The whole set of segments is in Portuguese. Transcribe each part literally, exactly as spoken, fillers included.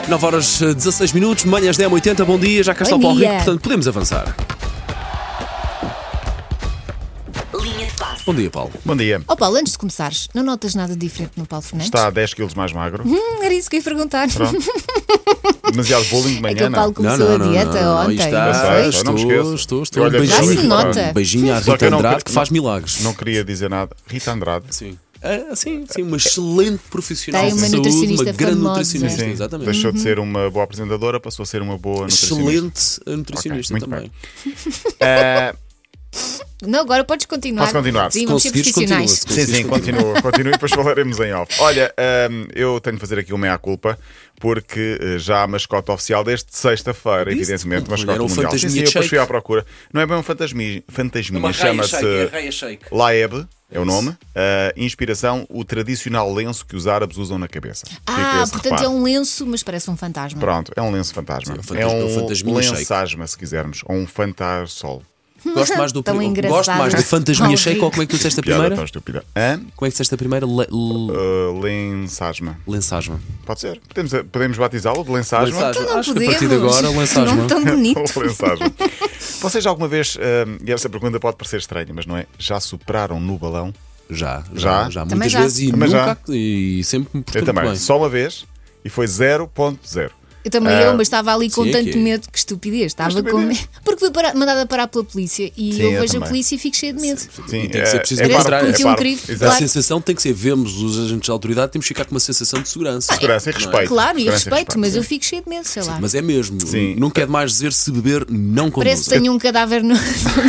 nove horas dezasseis minutos, manhãs dez e oitenta, bom dia, já cá está o Paulo Rico, portanto podemos avançar. Bom dia, Paulo. Bom dia. Ó oh, Paulo, antes de começares, não notas nada diferente no Paulo Fernandes? Está a dez quilos mais magro. Hum, era isso que eu ia perguntar. Pronto. Demasiado bullying de manhã, é que o Paulo não. começou não, não, a dieta não, não, ontem. está, não sei, estou, não me esqueço. estou, estou. Olha, Um beijinho, já se nota. um beijinho à Só que Rita eu não Andrade queria- que faz milagres. Não queria dizer nada. Rita Andrade. Sim. Ah, sim, sim, uma excelente profissional Tem de uma saúde, nutricionista uma grande famosa. nutricionista, Sim. exatamente. Deixou de ser uma boa apresentadora, passou a ser uma boa nutricionista. Excelente nutricionista Ok, muito também. Ah, Não, agora podes continuar. Posso continuar? Sim, Se vamos ser conseguires, profissionais. continua. sim, sim, continua, continua e depois falaremos em off. Olha, ahm, eu tenho de fazer aqui uma meia-culpa, porque eh, já a mascote oficial desde sexta-feira, Disse-te, evidentemente, pô, mascote era um mundial. Sim, sim, fantasminha eu depois shake. fui à procura. Não é bem um fantasminha, fantasminha chama-se Shake. Laeb, é o nome. Uh, inspiração, o tradicional lenço que os árabes usam na cabeça. Fica Ah, esse portanto reparo. é um lenço, mas parece um fantasma. Pronto, é um lenço fantasma. Sim, é um fantasma- é é um um fantasminha shake. lençasma, se quisermos, ou um fantasol. Gosto mais do Tão pri- engraçado. Gosto mais do fantasminha Paulo shake, Rico. ou como é que tu disseste a Piada primeira? tão estúpida. Hã? Como é que disseste a primeira? Le- l- Uh, lençasma. Lençasma. Pode ser. Podemos, podemos batizá-lo de lençasma? Lençasma. Então não Acho que a podemos. partir de agora, lençasma. Não tão bonito. Ou lençasma. Vocês já alguma vez, uh, e esta pergunta pode parecer estranha, mas não é? Já sopraram no balão? Já, Já? já, já Também muitas já. vezes e Também nunca e sempre me Eu portou também. muito bem. Só uma vez e foi zero ponto zero. Eu também Ah, eu, mas estava ali com sim, é tanto que é. medo, que estupidez. Estava com estupidez. medo. Porque fui para- mandada parar pela polícia e Sim, eu eu vejo a também. polícia e fico cheia de medo. Sim, E tem que ser preciso é, encontrar- é cometi um parvo. crime. Exato. A Claro. sensação tem que ser, vemos os agentes de autoridade, temos que ficar com uma sensação de segurança. Segurança e Não é? respeito. Claro, e Segurança respeito, mas sim. eu fico cheia de medo, sei lá. Mas é mesmo. Sim. Não quer mais dizer se beber, não conduz. Parece que tenho um cadáver no,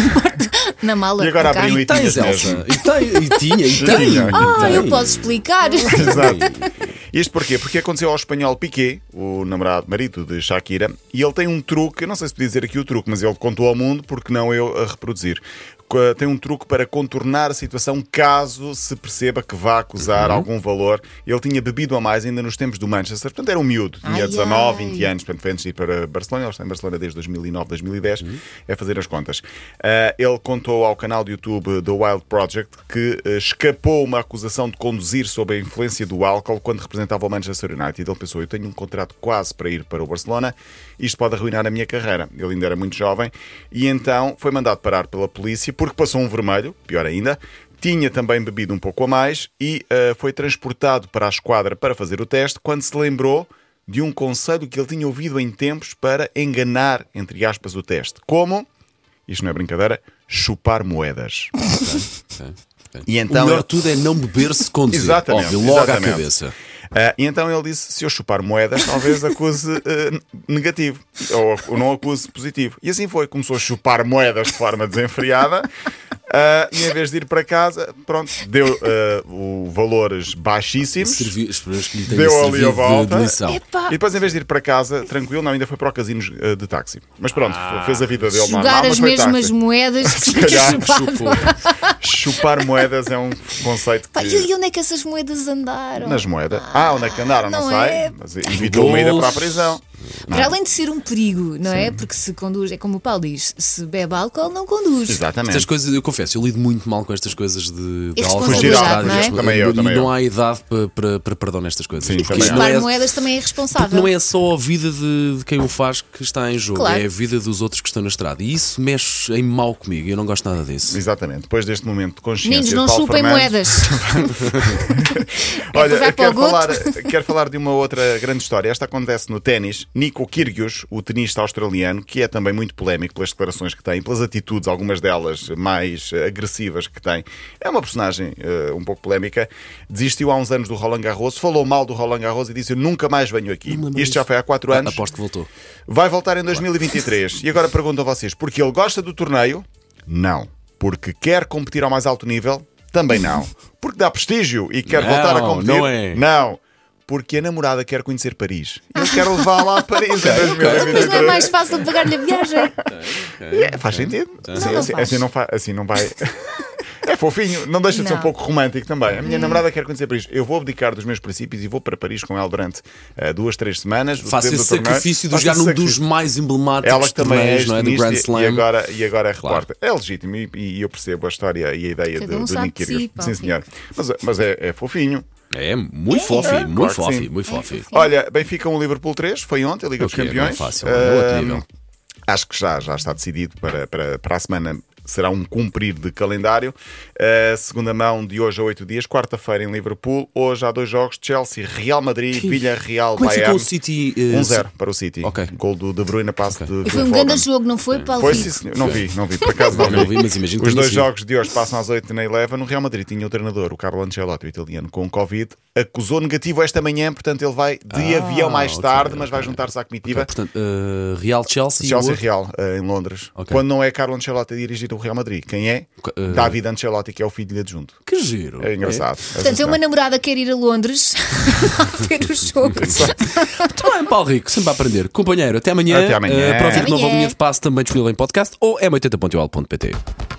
na mala. E agora do carro. abriu E tens, Tinhas Elsa. mesmo. E, tem, e tinha, e tem. Tinha. Ah, e eu tem. posso explicar. Exato. Isto porquê? Porque aconteceu ao espanhol Piqué, o namorado marido de Shakira, e ele tem um truque, eu não sei se podia dizer aqui o truque, mas ele contou ao mundo, porque não eu a reproduzir. Co- Tem um truque para contornar a situação caso se perceba que vá acusar Uhum. algum valor. Ele tinha bebido a mais ainda nos tempos do Manchester, portanto era um miúdo, tinha Ai, dezanove, ai. vinte anos, portanto foi antes de ir para Barcelona, ele está em Barcelona desde dois mil e nove, dois mil e dez, Uhum. é fazer as contas. Ah, ele contou ao canal de YouTube The Wild Project que ah, escapou uma acusação de conduzir sob a influência do álcool quando representava o Manchester United. Ele pensou, eu tenho um contrato quase para ir para o Barcelona, isto pode arruinar a minha carreira. Ele ainda era muito jovem e então foi mandado parar pela polícia porque passou um vermelho, pior ainda, tinha também bebido um pouco a mais e ah, foi transportado para a esquadra para fazer o teste quando se lembrou de um conselho que ele tinha ouvido em tempos para enganar, entre aspas, o teste. Como, isto não é brincadeira, chupar moedas. Ok, ok. E então o melhor ele- de tudo é não beber se conduzir. Exatamente, Óbvio, logo exatamente. à cabeça. Ah, e então ele disse, se eu chupar moedas, talvez acuse ah, negativo, ou, ou não acuse positivo. E assim foi, começou a chupar moedas de forma desenfreada, ah, e em vez de ir para casa, pronto, deu ah, o valores baixíssimos. Servi... Esperamos que lhe tenha Deu ali a servido de- volta. de lição. Epá, E depois, em vez de ir para casa, tranquilo, não, ainda foi para o casino uh, de táxi. Mas pronto, fez a vida dele normal, jogar mas as foi mesmas táxi. moedas que Se calhar chupava. Chupou. Chupar moedas é um conceito Pá, que... E e onde é que essas moedas andaram? Nas moedas. Ah, onde é que andaram? Não, não sei. é? Mas evitou uma ida para a bolso. prisão. Para além de ser um perigo, não é? Porque se conduz, é como o Paulo diz, se bebe álcool, não conduz. Exatamente. Estas coisas, eu confesso, eu lido muito mal com estas coisas de, de E álcool. responsabilidade, de não é? estrada. Também eu, E também não eu. há idade para, para, para perdão nestas coisas. Sim, Porque também isto há. não Chupar é, moedas também é porque responsável. não é só a vida de, de quem o faz que está em jogo, Claro. é a vida dos outros que estão na estrada. E isso mexe em mal comigo. Eu não gosto nada disso. Exatamente. Depois deste momento de consciência Meninos, de não Paulo chupem Fernandes- moedas. Olha, É eu para o quero goto. falar, quero falar de uma outra grande história. Esta acontece no ténis. Nico Kyrgios, o tenista australiano, que é também muito polémico pelas declarações que tem, pelas atitudes, algumas delas mais eh, agressivas que tem. É uma personagem eh, um pouco polémica. Desistiu há uns anos do Roland Garros, falou mal do Roland Garros e disse: eu nunca mais venho aqui. Não me lembro Isto já disso. foi há quatro Ah, anos. aposto que voltou. Vai voltar em dois mil e vinte e três. E agora pergunto a vocês: porque ele gosta do torneio? Não. Porque quer competir ao mais alto nível? Também não. Porque dá prestígio e quer Não, voltar a competir? não é. Não. Porque a namorada quer conhecer Paris. Ele quer levá-la a Paris em dois mil e vinte e três. Mas não é mais fácil pagar-lhe a viagem? É, faz sentido. Assim, não assim, faz. assim não fa- assim não vai. É fofinho, não deixa de ser um Não. pouco romântico também. A minha namorada quer conhecer Paris. Eu vou abdicar dos meus princípios e vou para Paris com ela durante uh, duas, três semanas. Faça Depende esse do torneio. sacrifício de Faça jogar esse num sacrifício. dos mais emblemáticos Ela que também é torneios, não é? Do Grand tenista Slam. e agora, e agora é Claro. repórter. É legítimo e, e eu percebo a história e a ideia Cada do, um do sabe Nick de si, Kyrgios. Paulo Sim, senhor. Mas, mas é, é fofinho. É, muito É. fofo, É, muito claro que fofo, sim. muito fofo. É. Olha, Benfica um Liverpool três, foi ontem, a Liga dos Ok, não é Campeões. fácil, é outro Ahm, nível. Acho que já, já está decidido para, para, para a semana. Será um cumprir de calendário. Uh, segunda mão de hoje a oito dias. Quarta-feira em Liverpool. Hoje há dois jogos: Chelsea, Real Madrid, Villarreal, Como é que ficou Bayern. o City? uh, um zero para o City. Ok. Gol do De Bruyne, passe Ok. de E foi um Phil grande Foden. jogo, não foi, Paulo Foi, Rico? sim, senhor. Não vi, não vi. Por acaso não, Não vi, mas imagino que Os tenha dois sido. jogos de hoje passam às oito na Eleven. No Real Madrid tinha o treinador, o Carlo Ancelotti, o italiano, com Covid. Acusou negativo esta manhã, portanto ele vai de Ah, avião mais ok, tarde, mas vai ok. juntar-se à comitiva. Ok, portanto, uh, Real Chelsea. e o Chelsea outro? Real, eh, em Londres. Ok. Quando não é Carlo Ancelotti a dirigir o Real Madrid, quem é? Uh, David Ancelotti, que é o filho de adjunto. Que giro. É engraçado. Portanto, é uma namorada que quer ir a Londres ver o jogo. Então é, Paulo Rico, sempre a aprender. Companheiro, até amanhã. Até amanhã. Uh, para ouvir de Até novo a amanhã. linha de passe também disponível em podcast ou m oitenta ponto ol ponto pt.